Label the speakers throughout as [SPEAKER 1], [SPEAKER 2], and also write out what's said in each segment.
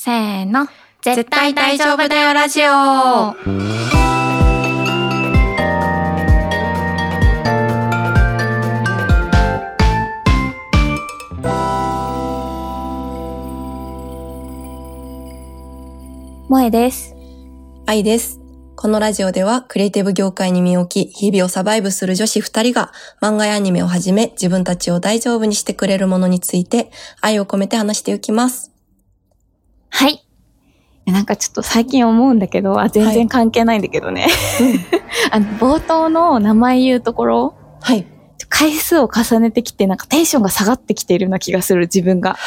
[SPEAKER 1] せーの。絶対大丈夫だよラジオ。萌えです。
[SPEAKER 2] 愛です。このラジオではクリエイティブ業界に身を置き、日々をサバイブする女子2人が漫画やアニメをはじめ自分たちを大丈夫にしてくれるものについて愛を込めて話していきます。
[SPEAKER 1] はい。なんかちょっと最近思うんだけど、全然関係ないんだけどね。はい、冒頭の名前言うところ、
[SPEAKER 2] はい。
[SPEAKER 1] 回数を重ねてきてなんかテンションが下がってきているような気がする自分が。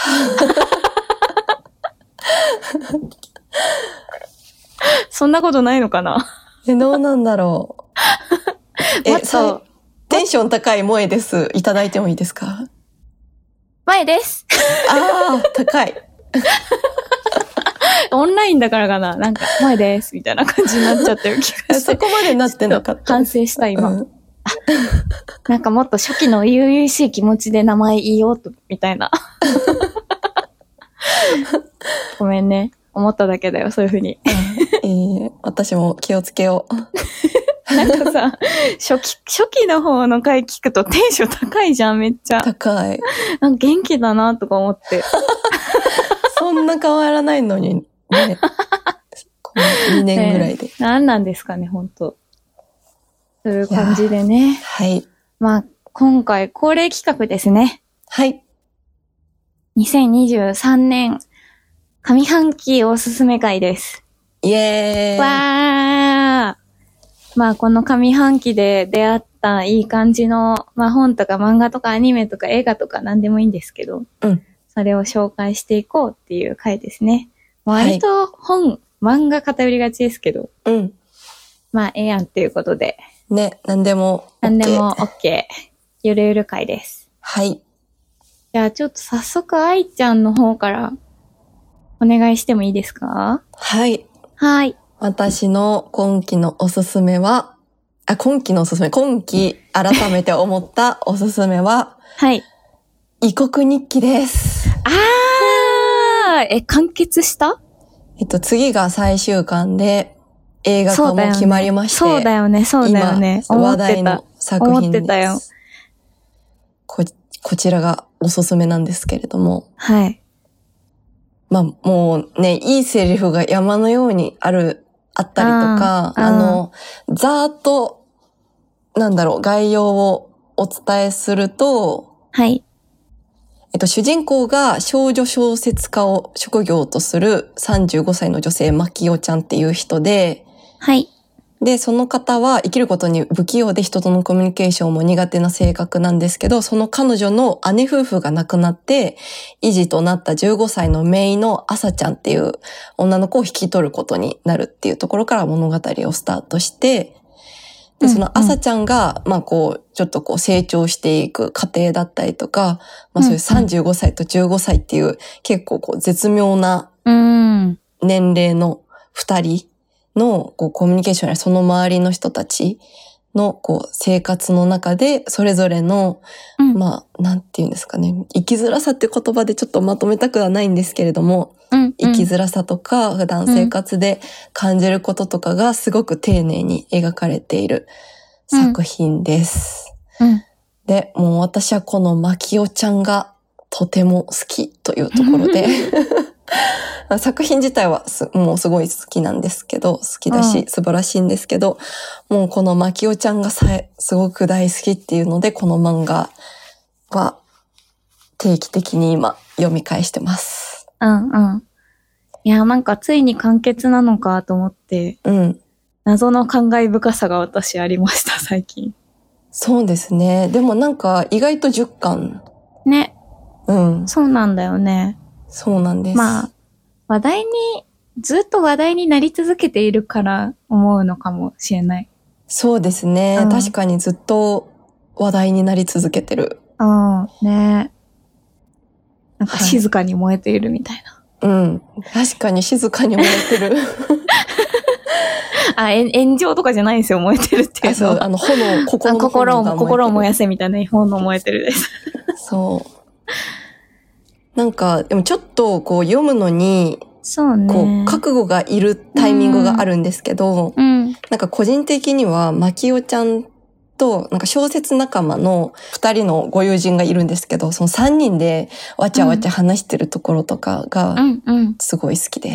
[SPEAKER 1] そんなことないのかな？
[SPEAKER 2] どうなんだろう。もっとテンション高い萌えです。いただいてもいいですか？
[SPEAKER 1] 萌えです。
[SPEAKER 2] ああ、高い。
[SPEAKER 1] オンラインだからかな、なんか萌えですみたいな感じになっちゃってる気がして。
[SPEAKER 2] そこまでなってなかった。
[SPEAKER 1] 反省した今。なんかもっと初期の悠々しい気持ちで名前言おうとみたいな。ごめんね。思っただけだよ、そういう風に。
[SPEAKER 2] 私も気をつけよう。
[SPEAKER 1] なんかさ、初期の方の回聞くとテンション高いじゃん、めっちゃ。
[SPEAKER 2] 高い。
[SPEAKER 1] なんか元気だなとか思って。
[SPEAKER 2] そんな変わらないのに、ね。この2年ぐらいで。
[SPEAKER 1] 何なんですかね、ほんと。という感じでね。
[SPEAKER 2] はい。
[SPEAKER 1] まあ、今回恒例企画ですね。
[SPEAKER 2] はい。
[SPEAKER 1] 2023年上半期おすすめ会です。
[SPEAKER 2] イエーイ。
[SPEAKER 1] わー。まあこの上半期で出会ったいい感じの、まあ本とか漫画とかアニメとか映画とか何でもいいんですけど、それを紹介していこうっていう回ですね。割と漫画偏りがちですけど、まあええやんっていうことで。
[SPEAKER 2] ね、何でも OK。
[SPEAKER 1] 何でも OK。ゆるゆる回です。
[SPEAKER 2] はい。
[SPEAKER 1] じゃあちょっと早速愛ちゃんの方からお願いしてもいいですか？
[SPEAKER 2] はい。
[SPEAKER 1] はい。
[SPEAKER 2] 私の今期改めて思ったおすすめは、
[SPEAKER 1] はい。
[SPEAKER 2] 異国日記です。
[SPEAKER 1] 完結した？
[SPEAKER 2] 次が最終巻で、映画化も決まりまして。
[SPEAKER 1] そうだよね。
[SPEAKER 2] 今、話題の作品です。
[SPEAKER 1] 思ってたよ。
[SPEAKER 2] こちらがおすすめなんですけれども。
[SPEAKER 1] はい。
[SPEAKER 2] まあ、もうね、いいセリフが山のようにあったりとか、ざーっと、概要をお伝えすると、
[SPEAKER 1] はい。
[SPEAKER 2] 主人公が少女小説家を職業とする35歳の女性、マキオちゃんっていう人で、
[SPEAKER 1] はい。
[SPEAKER 2] で、その方は生きることに不器用で人とのコミュニケーションも苦手な性格なんですけど、その彼女の姉夫婦が亡くなって、維持となった15歳の姪の朝ちゃんっていう女の子を引き取ることになるっていうところから物語をスタートして、で、その朝ちゃんが、ちょっと成長していく過程だったりとか、そういう35歳と15歳っていう結構絶妙な年齢の2人のコミュニケーションやその周りの人たちの生活の中でそれぞれの、なんていうんですかね、生きづらさって言葉でちょっとまとめたくはないんですけれども、生きづらさとか普段生活で感じることとかがすごく丁寧に描かれている作品です。で、もう私はこのマキオちゃんがとても好きというところで作品自体はもうすごい好きなんですけど、好きだし素晴らしいんですけど、もうこのマキオちゃんがすごく大好きっていうので、この漫画は定期的に今読み返してます。
[SPEAKER 1] いや、なんかついに完結なのかと思って、謎の感慨深さが私ありました、最近。
[SPEAKER 2] そうですね。でもなんか意外と10巻。
[SPEAKER 1] ね。そうなんだよね。
[SPEAKER 2] そうなんです。
[SPEAKER 1] ずっと話題になり続けているから思うのかもしれない。
[SPEAKER 2] そうですね。確かにずっと話題になり続けてる。
[SPEAKER 1] ね。なんか静かに燃えているみたい
[SPEAKER 2] な。確かに静かに燃えてる。
[SPEAKER 1] 炎上とかじゃないんですよ、燃えてるっていうのは。心を燃やせみたいな炎燃えてるです。
[SPEAKER 2] そう。なんか、でもちょっと読むのに、
[SPEAKER 1] そうね。
[SPEAKER 2] こう、覚悟がいるタイミングがあるんですけど、なんか個人的には、まきおちゃんと、なんか小説仲間の2人のご友人がいるんですけど、その3人でわちゃわちゃ話してるところとかが、すごい好きです。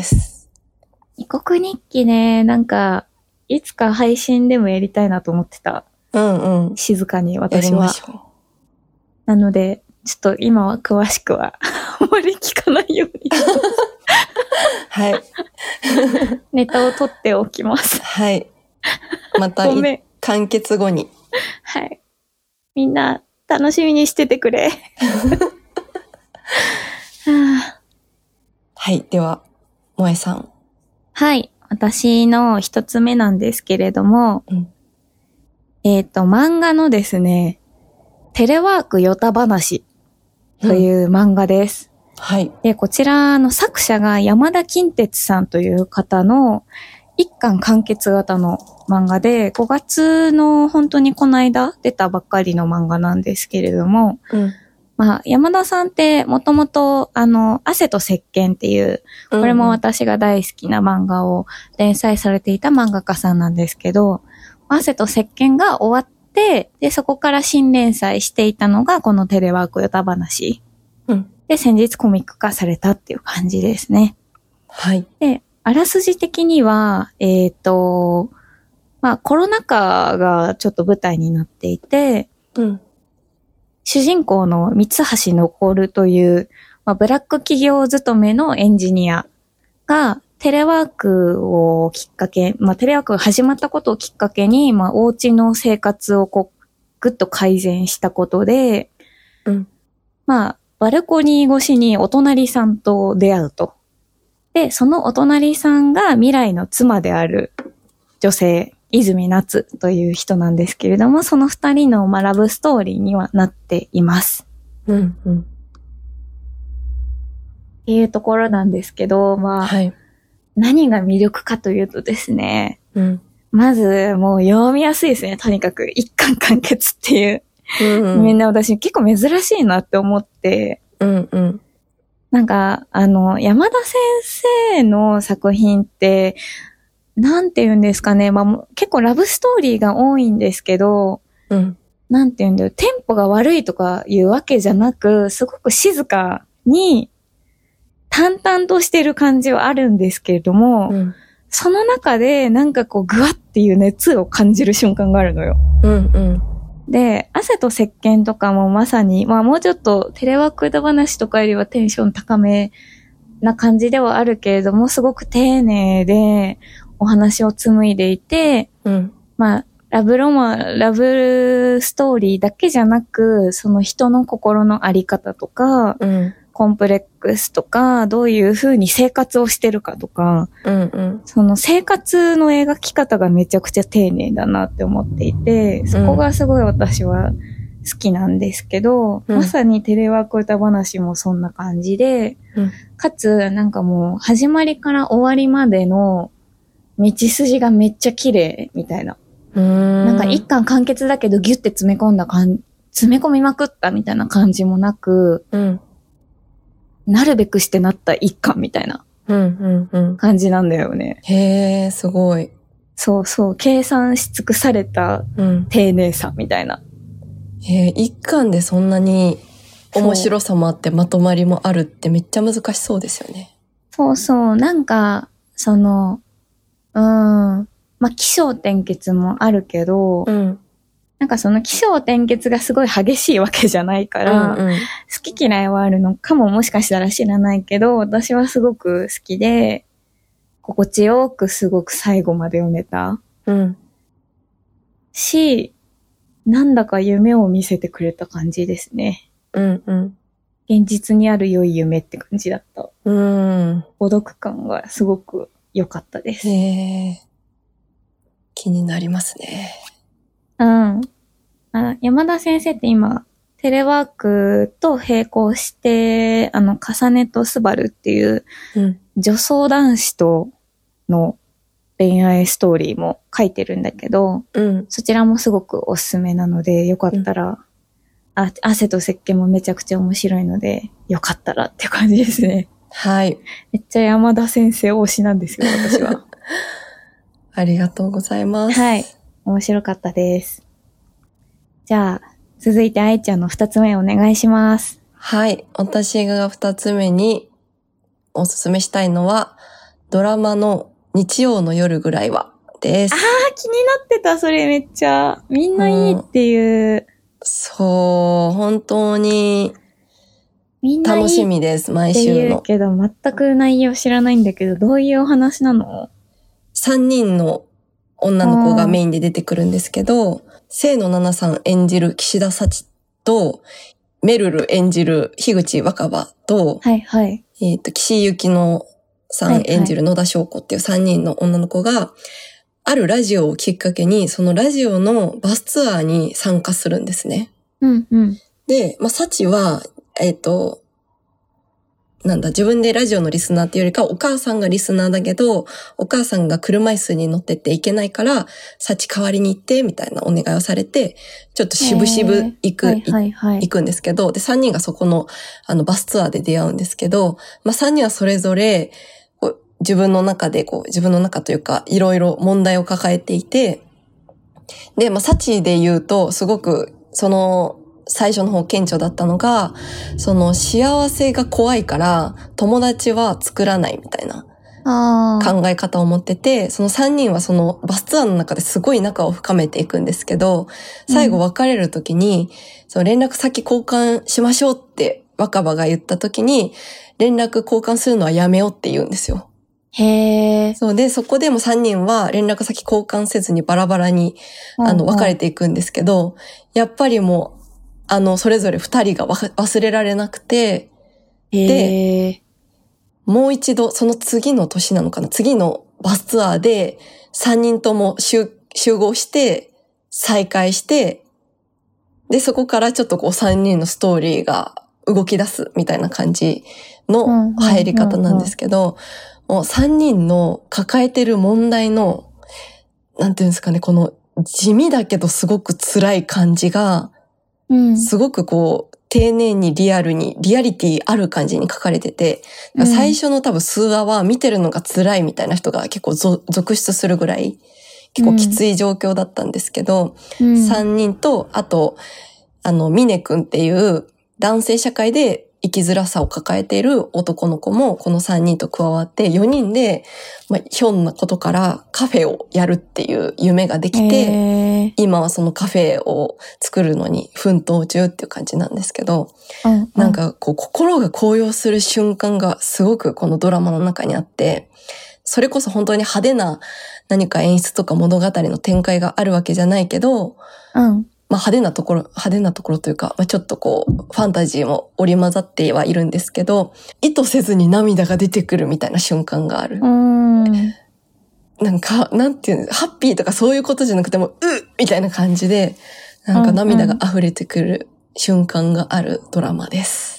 [SPEAKER 1] 異国日記ね、なんか、いつか配信でもやりたいなと思ってた。静かに私は。やりましょう。なので、ちょっと今は詳しくはあまり聞かないように
[SPEAKER 2] はい。
[SPEAKER 1] ネタを取っておきます。
[SPEAKER 2] はい。また完結後に。
[SPEAKER 1] はい。みんな楽しみにしててくれ。
[SPEAKER 2] はい。では、萌えさん。
[SPEAKER 1] はい。私の一つ目なんですけれども、漫画のですね、テレワークヨタ話という漫画です。
[SPEAKER 2] はい。
[SPEAKER 1] で、こちらの作者が山田金鉄さんという方の一巻完結型の漫画で、5月の本当にこの間出たばっかりの漫画なんですけれども、まあ、山田さんってもともと汗と石鹸っていう、これも私が大好きな漫画を連載されていた漫画家さんなんですけど、汗と石鹸が終わって、で、そこから新連載していたのがこのテレワークヨタ話。で、先日コミック化されたっていう感じですね。
[SPEAKER 2] はい。
[SPEAKER 1] で、あらすじ的には、まあコロナ禍がちょっと舞台になっていて、主人公の三橋残という、まあ、ブラック企業勤めのエンジニアがテレワークをきっかけ、まあテレワークが始まったことをきっかけに、まあお家の生活をこうぐっと改善したことで、まあバルコニー越しにお隣さんと出会うと。で、そのお隣さんが未来の妻である女性、泉夏という人なんですけれども、その二人のラブストーリーにはなっています。っていうところなんですけど、まあ、何が魅力かというとですね、まずもう読みやすいですね、とにかく一巻完結っていう。みんな私結構珍しいなって思って、なんか、山田先生の作品って、なんて言うんですかね、まあ、結構ラブストーリーが多いんですけど、なんて言うんだよ、テンポが悪いとかいうわけじゃなく、すごく静かに、淡々としてる感じはあるんですけれども、その中でなんかこう、グワッっていう熱を感じる瞬間があるのよ。で、汗と石鹸とかもまさに、まあもうちょっとテレワーク歌話とかよりはテンション高めな感じではあるけれども、すごく丁寧でお話を紡いでいて、まあ、ラブストーリーだけじゃなく、その人の心のあり方とか、コンプレックスとか、どういう風に生活をしてるかとか、その生活の描き方がめちゃくちゃ丁寧だなって思っていて、そこがすごい私は好きなんですけど、まさにテレワーク歌話もそんな感じで、かつなんかもう始まりから終わりまでの道筋がめっちゃ綺麗みたいな。なんか一巻完結だけどギュッて詰め込みまくったみたいな感じもなく、なるべくしてなった一巻みたいな感じなんだよね。
[SPEAKER 2] へー、すごい。
[SPEAKER 1] そうそう、計算し尽くされた丁寧さみたいな。
[SPEAKER 2] 一巻でそんなに面白さもあってまとまりもあるってめっちゃ難しそうですよね。
[SPEAKER 1] そうそう、なんか、まあ、起承転結もあるけど、なんかその起承転結がすごい激しいわけじゃないから、好き嫌いはあるのかもしかしたら知らないけど、私はすごく好きで、心地よくすごく最後まで読めた。し、なんだか夢を見せてくれた感じですね。現実にある良い夢って感じだった。孤独感がすごく良かったです。
[SPEAKER 2] 気になりますね。
[SPEAKER 1] 山田先生って今、テレワークと並行して、重ねとスバルっていう、女装男子との恋愛ストーリーも書いてるんだけど、そちらもすごくおすすめなので、よかったら、汗と石鹸もめちゃくちゃ面白いので、よかったらっていう感じですね。
[SPEAKER 2] はい。
[SPEAKER 1] めっちゃ山田先生推しなんですよ、私は。
[SPEAKER 2] ありがとうございます。
[SPEAKER 1] はい。面白かったです。じゃあ、続いて愛ちゃんの2つ目お願いします。
[SPEAKER 2] はい。私が2つ目におすすめしたいのは、ドラマの日曜の夜ぐらいはです。
[SPEAKER 1] 気になってた、それめっちゃ。みんないいっていう。
[SPEAKER 2] そう、本当に楽しみです、毎週の。って言う
[SPEAKER 1] けど、全く内容知らないんだけど、どういうお話なの
[SPEAKER 2] ？3人の女の子がメインで出てくるんですけど、清野菜名さん演じる岸田幸と、メルル演じる樋口若葉と、
[SPEAKER 1] はいはい。
[SPEAKER 2] 岸由紀乃さん演じる野田翔子っていう3人の女の子が、あるラジオをきっかけに、そのラジオのバスツアーに参加するんですね。
[SPEAKER 1] うんうん。
[SPEAKER 2] で、幸は、自分でラジオのリスナーっていうよりか、お母さんがリスナーだけど、お母さんが車椅子に乗ってっていけないから、幸代わりに行って、みたいなお願いをされて、ちょっと渋々行くんですけど、で、3人がそこの、バスツアーで出会うんですけど、3人はそれぞれ、自分の中というか、いろいろ問題を抱えていて、で、幸で言うと、すごく、最初の方顕著だったのが、幸せが怖いから友達は作らないみたいな考え方を持ってて、その3人はそのバスツアーの中ですごい仲を深めていくんですけど、最後別れる時に、その連絡先交換しましょうって若葉が言った時に、連絡交換するのはやめようって言うんですよ。
[SPEAKER 1] へー。
[SPEAKER 2] そうで、そこでも3人は連絡先交換せずにバラバラに、別れていくんですけど、やっぱりもう、それぞれ2人が忘れられなくて、で、もう一度、その次の年なのかな、次のバスツアーで3人とも集合して、再会して、で、そこからちょっと3人のストーリーが動き出すみたいな感じの入り方なんですけど、もう3人の抱えてる問題の、なんていうんですかね、この地味だけどすごく辛い感じが、すごく丁寧にリアリティある感じに書かれてて、最初の多分数話は見てるのが辛いみたいな人が結構続出するぐらい、結構きつい状況だったんですけど、3人と、あと、峰くんっていう男性社会で生きづらさを抱えている男の子もこの3人と加わって4人で、ひょんなことからカフェをやるっていう夢ができて、今はそのカフェを作るのに奮闘中っていう感じなんですけど、なんか心が高揚する瞬間がすごくこのドラマの中にあって、それこそ本当に派手な何か演出とか物語の展開があるわけじゃないけど、派手なところというか、ちょっとファンタジーも織り交ざってはいるんですけど、意図せずに涙が出てくるみたいな瞬間がある。なんか、なんていうの、ハッピーとかそういうことじゃなくても、みたいな感じで、なんか涙が溢れてくる瞬間があるドラマです。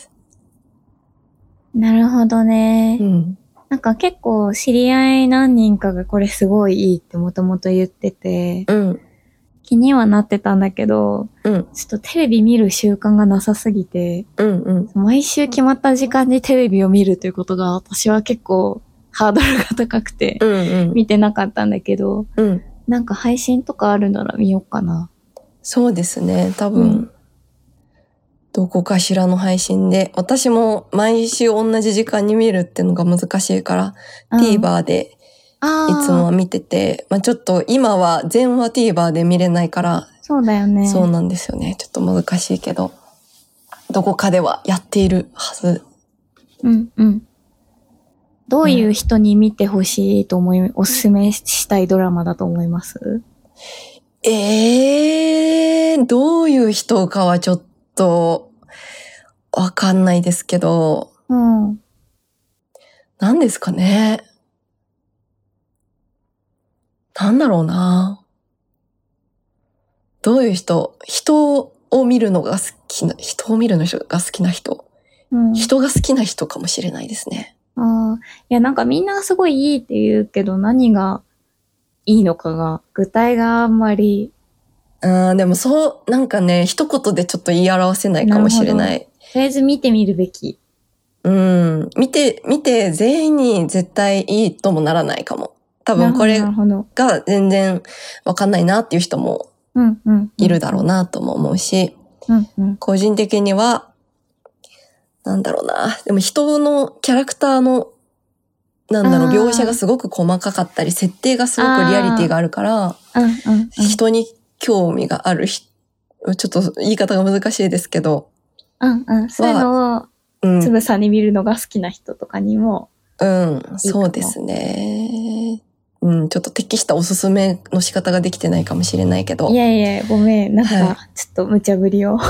[SPEAKER 1] なるほどね。なんか結構知り合い何人かがこれすごいいいってもともと言ってて、気にはなってたんだけど、ちょっとテレビ見る習慣がなさすぎて、毎週決まった時間にテレビを見るということが私は結構ハードルが高くて、見てなかったんだけど、なんか配信とかあるなら見ようかな。
[SPEAKER 2] そうですね、多分、どこかしらの配信で、私も毎週同じ時間に見るっていうのが難しいから、TVer で、いつもは見てて、ちょっと今は全話 TVer で見れないから。
[SPEAKER 1] そうだよね。
[SPEAKER 2] そうなんですよね。ちょっと難しいけど、どこかではやっているはず。
[SPEAKER 1] どういう人に見てほしいとおすすめしたいドラマだと思います？
[SPEAKER 2] どういう人かはちょっとわかんないですけど、何ですかね。なんだろうな。どういう人を見るのが好きな、人が好きな人。人が好きな人かもしれないですね。
[SPEAKER 1] いや、なんかみんなすごいいいって言うけど、何がいいのかが、具体があんまり。
[SPEAKER 2] でもなんかね、一言でちょっと言い表せないかもしれない。
[SPEAKER 1] とりあえず見てみるべき。
[SPEAKER 2] 見て全員に絶対いいともならないかも。多分これが全然わかんないなっていう人もいるだろうなとも思うし、個人的には、なんだろうな。でも人のキャラクターの、描写がすごく細かかったり、設定がすごくリアリティがあるから、人に興味があるちょっと言い方が難しいですけど、
[SPEAKER 1] そういうのを、つぶさに見るのが好きな人とかにもいいかも。
[SPEAKER 2] そうですね。ちょっと適したおすすめの仕方ができてないかもしれないけど。
[SPEAKER 1] いやいや、ごめん。ちょっと無茶ぶりを。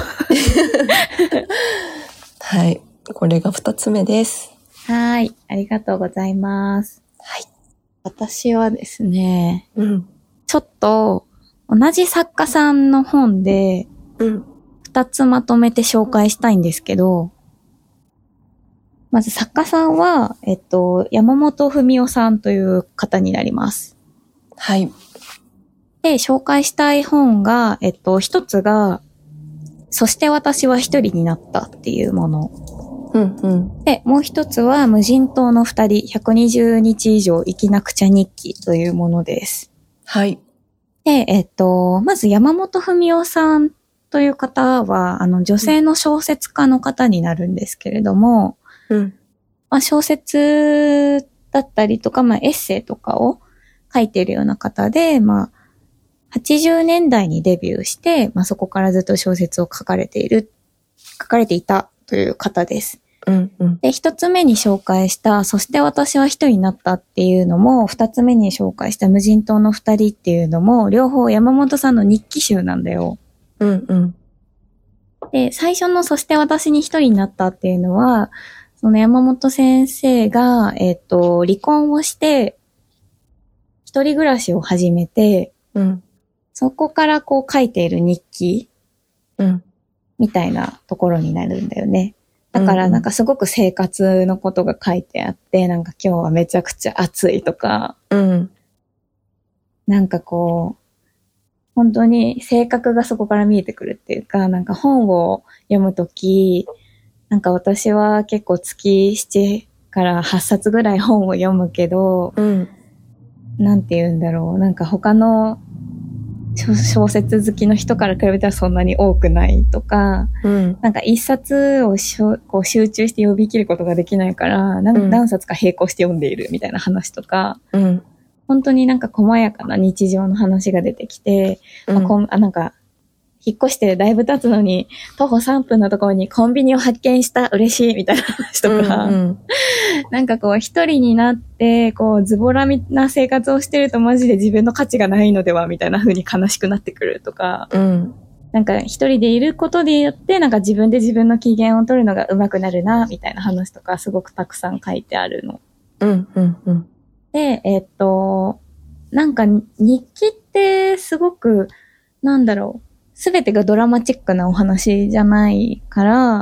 [SPEAKER 2] はい。これが2つ目です。
[SPEAKER 1] はい。ありがとうございます。
[SPEAKER 2] はい。
[SPEAKER 1] 私はですね、ちょっと同じ作家さんの本で、2つまとめて紹介したいんですけど、まず作家さんは、山本文夫さんという方になります。
[SPEAKER 2] はい。
[SPEAKER 1] で、紹介したい本が、一つが、そして私は一人になったっていうもの。で、もう一つは無人島の二人、120日以上生きなくちゃ日記というものです。
[SPEAKER 2] はい。
[SPEAKER 1] で、まず山本文夫さんという方は、女性の小説家の方になるんですけれども、小説だったりとか、エッセイとかを書いているような方で、80年代にデビューして、そこからずっと小説を書かれていたという方です。で、一つ目に紹介した、そして私は一人になったっていうのも、二つ目に紹介した無人島の二人っていうのも、両方山本さんの日記集なんだよ。で、最初のそして私に一人になったっていうのは、その山本先生が、離婚をして、一人暮らしを始めて、そこからこう書いている日記、みたいなところになるんだよね。だからすごく生活のことが書いてあって、今日はめちゃくちゃ暑いとか、本当に性格がそこから見えてくるっていうか、本を読むとき、私は結構月7から8冊ぐらい本を読むけど、なんて言うんだろう。他の小説好きの人から比べたらそんなに多くないとか、一冊をこう集中して読み切ることができないから、何冊か並行して読んでいるみたいな話とか、本当に細やかな日常の話が出てきて、引っ越してだいぶ経つのに、徒歩3分のところにコンビニを発見した、嬉しいみたいな話とか、一人になって、ズボラな生活をしてるとマジで自分の価値がないのではみたいな風に悲しくなってくるとか、一人でいることでよって、自分で自分の機嫌を取るのが上手くなるな、みたいな話とかすごくたくさん書いてあるの。で、日記ってすごく、すべてがドラマチックなお話じゃないから、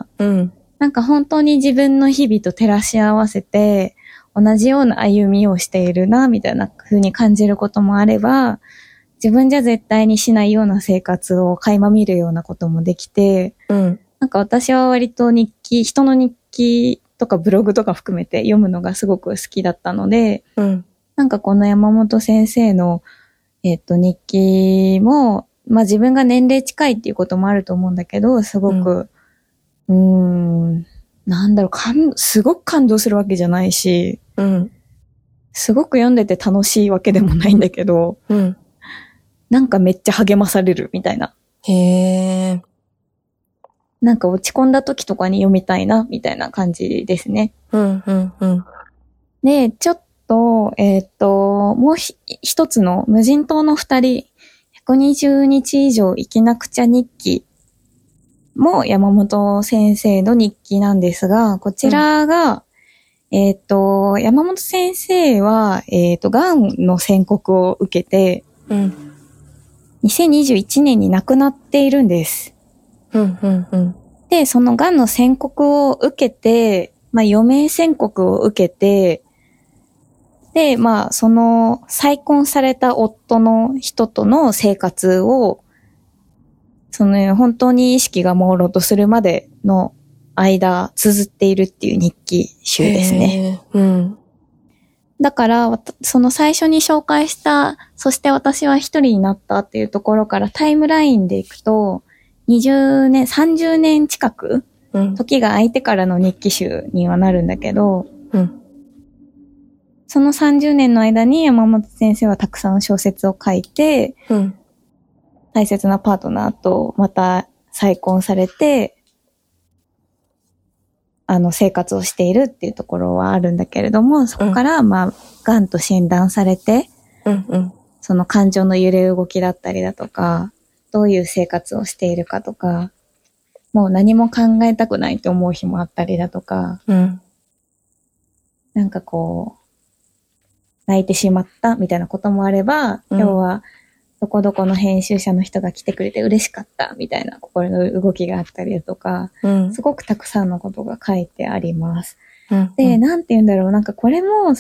[SPEAKER 1] 本当に自分の日々と照らし合わせて、同じような歩みをしているな、みたいな風に感じることもあれば、自分じゃ絶対にしないような生活を垣間見るようなこともできて、私は割と人の日記とかブログとか含めて読むのがすごく好きだったので、この山本先生の、日記も、自分が年齢近いっていうこともあると思うんだけど、すごく、すごく感動するわけじゃないし、すごく読んでて楽しいわけでもないんだけど、めっちゃ励まされるみたいな。
[SPEAKER 2] へー。
[SPEAKER 1] 落ち込んだ時とかに読みたいな、みたいな感じですね。で、ちょっと、もう一つの無人島の二人、120日以上生きなくちゃ日記も山本先生の日記なんですが、こちらが、山本先生は、癌の宣告を受けて、2021年に亡くなっているんです。で、その癌の宣告を受けて、余命宣告を受けて、で、その再婚された夫の人との生活を、本当に意識が朦朧とするまでの間綴っているっていう日記集ですね。
[SPEAKER 2] うん。
[SPEAKER 1] だから、その最初に紹介した、そして私は一人になったっていうところからタイムラインでいくと、20年、30年近く、時が空いてからの日記集にはなるんだけど、その30年の間に山本先生はたくさん小説を書いて、大切なパートナーとまた再婚されて、生活をしているっていうところはあるんだけれども、そこから、癌と診断されて、その感情の揺れ動きだったりだとか、どういう生活をしているかとか、もう何も考えたくないと思う日もあったりだとか、なんかこう、泣いてしまったみたいなこともあれば、今日はどこどこの編集者の人が来てくれて嬉しかったみたいな心の動きがあったりだとか、すごくたくさんのことが書いてあります。で、なんて言うんだろう、なんかこれも、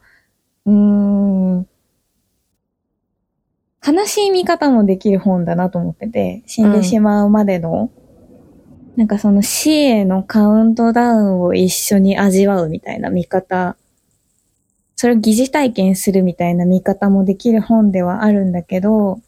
[SPEAKER 1] 悲しい見方もできる本だなと思ってて、死んでしまうまでの、なんかその死へのカウントダウンを一緒に味わうみたいな見方、それを疑似体験するみたいな見方もできる本ではあるんだけど、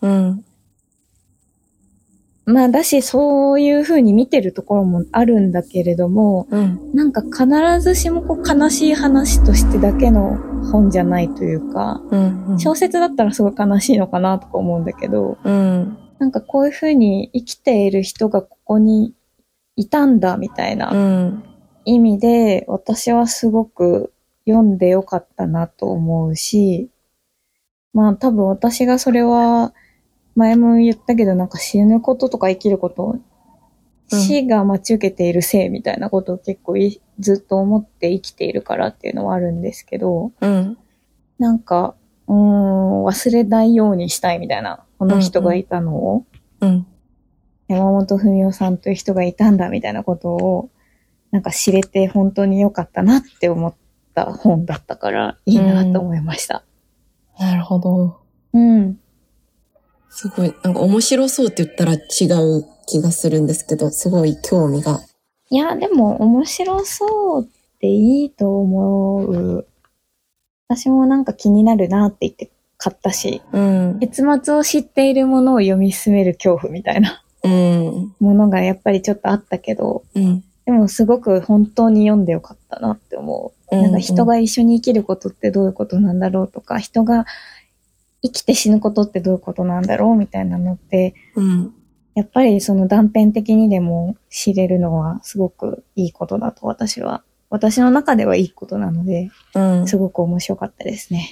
[SPEAKER 1] だしそういう風に見てるところもあるんだけれども、なんか必ずしも悲しい話としてだけの本じゃないというか、小説だったらすごい悲しいのかなとか思うんだけど、なんかこういう風に生きている人がここにいたんだみたいな意味で、私はすごく読んでよかったなと思うし、多分私がそれは前も言ったけど、なんか死ぬこととか生きること、死が待ち受けているせいみたいなことを結構ずっと思って生きているからっていうのはあるんですけど、なんか、忘れないようにしたいみたいな、この人がいたのを、山本文夫さんという人がいたんだみたいなことを、なんか知れて本当に良かったなって思った本だったから、いいなと思いました。
[SPEAKER 2] なるほど。すごい、なんか面白そうって言ったら違う気がするんですけど、すごい興味が。
[SPEAKER 1] いや、でも面白そうっていいと思う。私もなんか気になるなって言って買ったし、結末を知っているものを読み進める恐怖みたいな、ものがやっぱりちょっとあったけど、でもすごく本当に読んでよかったなって思う。なんか人が一緒に生きることってどういうことなんだろうとか、人が生きて死ぬことってどういうことなんだろうみたいなのって、やっぱりその断片的にでも知れるのはすごくいいことだと私の中ではいいことなので、すごく面白かったですね。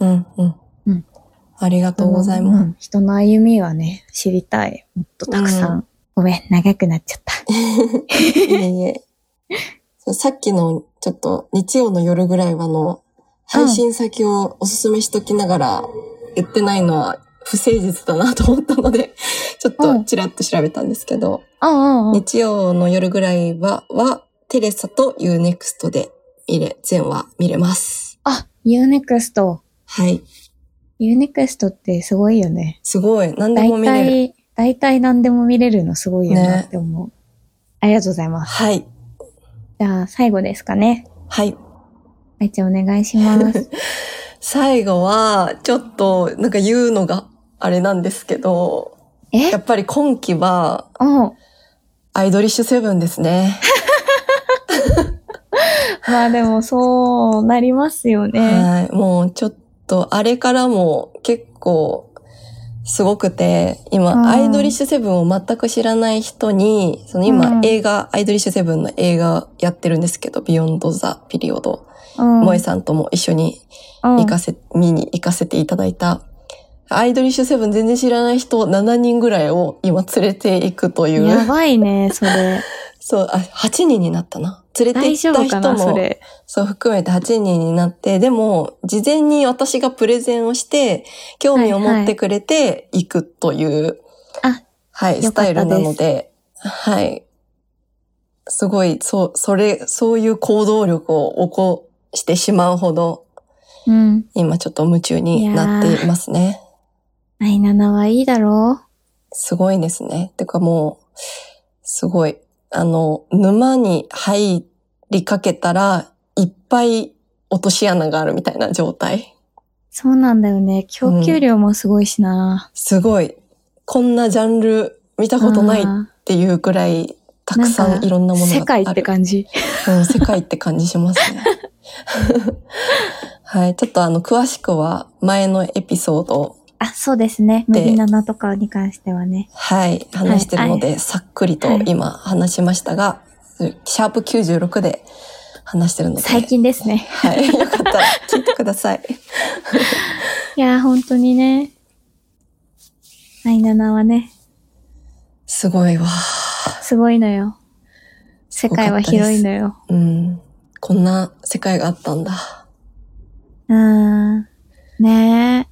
[SPEAKER 2] ありがとうございます。
[SPEAKER 1] 人の歩みはね、知りたい。もっとたくさん。ごめん、長くなっちゃった。
[SPEAKER 2] いえいえ。さっきのちょっと日曜の夜ぐらいは配信先をおすすめしときながら言ってないのは不誠実だなと思ったので、ちょっとちらっと調べたんですけど、日曜の夜ぐらいはテレサと Unext で全話見れます。
[SPEAKER 1] Unext。
[SPEAKER 2] はい。
[SPEAKER 1] Unext ってすごいよね。
[SPEAKER 2] すごい。何でも見れる。
[SPEAKER 1] 大体何でも見れるのすごいよなって思う。ありがとうございます。
[SPEAKER 2] はい。
[SPEAKER 1] じゃあ最後ですかね。
[SPEAKER 2] はい。
[SPEAKER 1] あいちゃんお願いします。
[SPEAKER 2] 最後は、ちょっとなんか言うのがあれなんですけど、やっぱり今期は、アイドリッシュセブンですね。
[SPEAKER 1] でもそうなりますよね。
[SPEAKER 2] はい。もうちょっとあれからも結構すごくて、今、アイドリッシュセブンを全く知らない人に、今アイドリッシュセブンの映画やってるんですけど、ビヨンドザピリオド。萌さんとも一緒に見に行かせていただいた、アイドリッシュセブン全然知らない人7人ぐらいを今連れて行くという。
[SPEAKER 1] やばいね、それ。
[SPEAKER 2] そう、8人になったな。連れて行った人も、そう含めて8人になって、でも、事前に私がプレゼンをして、興味を持ってくれて行くという、スタイルなので、はい。すごい、そういう行動力を起こしてしまうほど、今ちょっと夢中になっていますね。
[SPEAKER 1] アイナナはいいだろう？
[SPEAKER 2] すごいですね。てかもう、すごい。 沼に入りかけたら、いっぱい落とし穴があるみたいな状態。
[SPEAKER 1] そうなんだよね。供給量もすごいしな。
[SPEAKER 2] すごい。こんなジャンル見たことないっていうくらい、たくさんいろんなものがある。
[SPEAKER 1] 世界って感じ。
[SPEAKER 2] 世界って感じしますね。はい。ちょっと詳しくは前のエピソード。
[SPEAKER 1] そうですね。麦7とかに関してはね。
[SPEAKER 2] はい。話してるので、さっくりと今話しましたが、シャープ96で話してるので。
[SPEAKER 1] 最近ですね。
[SPEAKER 2] はい。よかったら聞いてください。
[SPEAKER 1] いやー、本当にね。7はね。
[SPEAKER 2] すごいわ。
[SPEAKER 1] すごいのよ。世界は広いのよ。
[SPEAKER 2] こんな世界があったんだ。
[SPEAKER 1] ね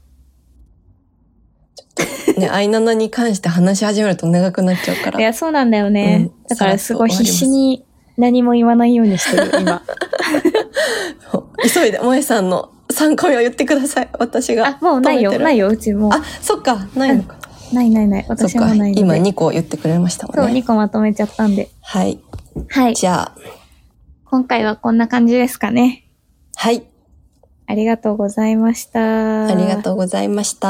[SPEAKER 2] え。ね、I7 に関して話し始めると長くなっちゃうから。
[SPEAKER 1] いや、そうなんだよね。だからすごい必死に何も言わないようにしてる、今。
[SPEAKER 2] 急いで、萌さんの3個目を言ってください。私が。
[SPEAKER 1] もうないよ、うちも。
[SPEAKER 2] そっか、ないのか。
[SPEAKER 1] ない。私もないので。
[SPEAKER 2] 今2個言ってくれましたもんね。
[SPEAKER 1] そう、2個まとめちゃったんで。
[SPEAKER 2] はい。じゃあ。
[SPEAKER 1] 今回はこんな感じですかね。
[SPEAKER 2] はい。
[SPEAKER 1] ありがとうございました。
[SPEAKER 2] ありがとうございました。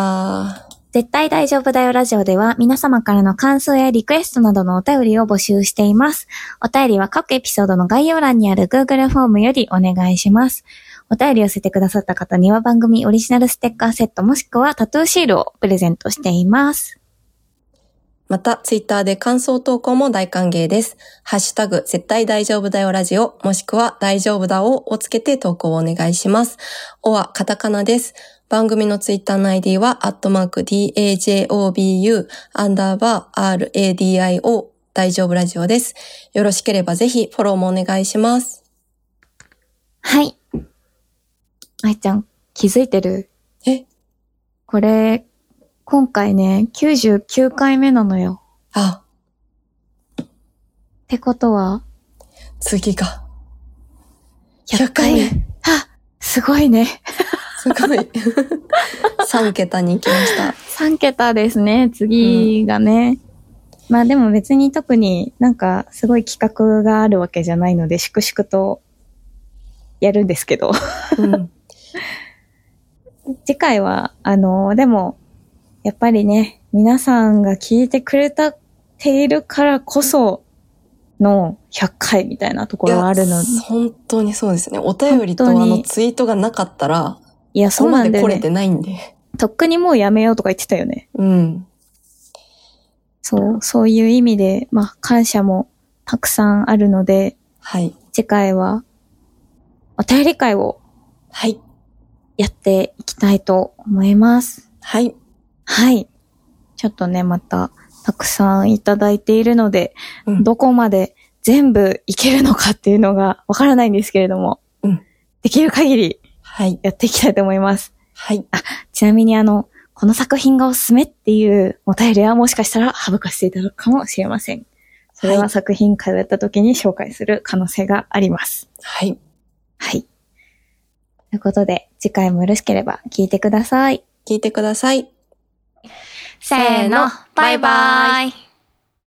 [SPEAKER 1] 絶対大丈夫だよラジオでは皆様からの感想やリクエストなどのお便りを募集しています。お便りは各エピソードの概要欄にある Google フォームよりお願いします。お便り寄せてくださった方には番組オリジナルステッカーセットもしくはタトゥーシールをプレゼントしています。
[SPEAKER 2] また、ツイッターで感想投稿も大歓迎です。ハッシュタグ、絶対大丈夫だよラジオ、もしくは大丈夫だをつけて投稿をお願いします。おはカタカナです。番組のツイッターの ID は、@DAJOBU_RADIO 大丈夫ラジオです。よろしければぜひフォローもお願いします。はい。愛ちゃん、気づいてる？これ、今回ね、99回目なのよ。ってことは次が100回目。すごいね。すごい。3桁に行きました。3桁ですね、次がね。まあでも別に特になんかすごい企画があるわけじゃないので、粛々とやるんですけど。次回は、でも、やっぱりね、皆さんが聞いてくれているからこその100回みたいなところがあるので。本当にそうですね。お便りとツイートがなかったら、そうなんだよね。ここまで来れてないんで。とっくにもうやめようとか言ってたよね。そういう意味で、まあ、感謝もたくさんあるので、次回は、お便り会を、やっていきたいと思います。ちょっとね、また、たくさんいただいているので、どこまで全部いけるのかっていうのがわからないんですけれども、できる限り、やっていきたいと思います。ちなみにこの作品がおすすめっていうお便りはもしかしたら省かせていただくかもしれません。それは作品会をやった時に紹介する可能性があります。ということで、次回もよろしければ聞いてください。せーの、バイバーイ。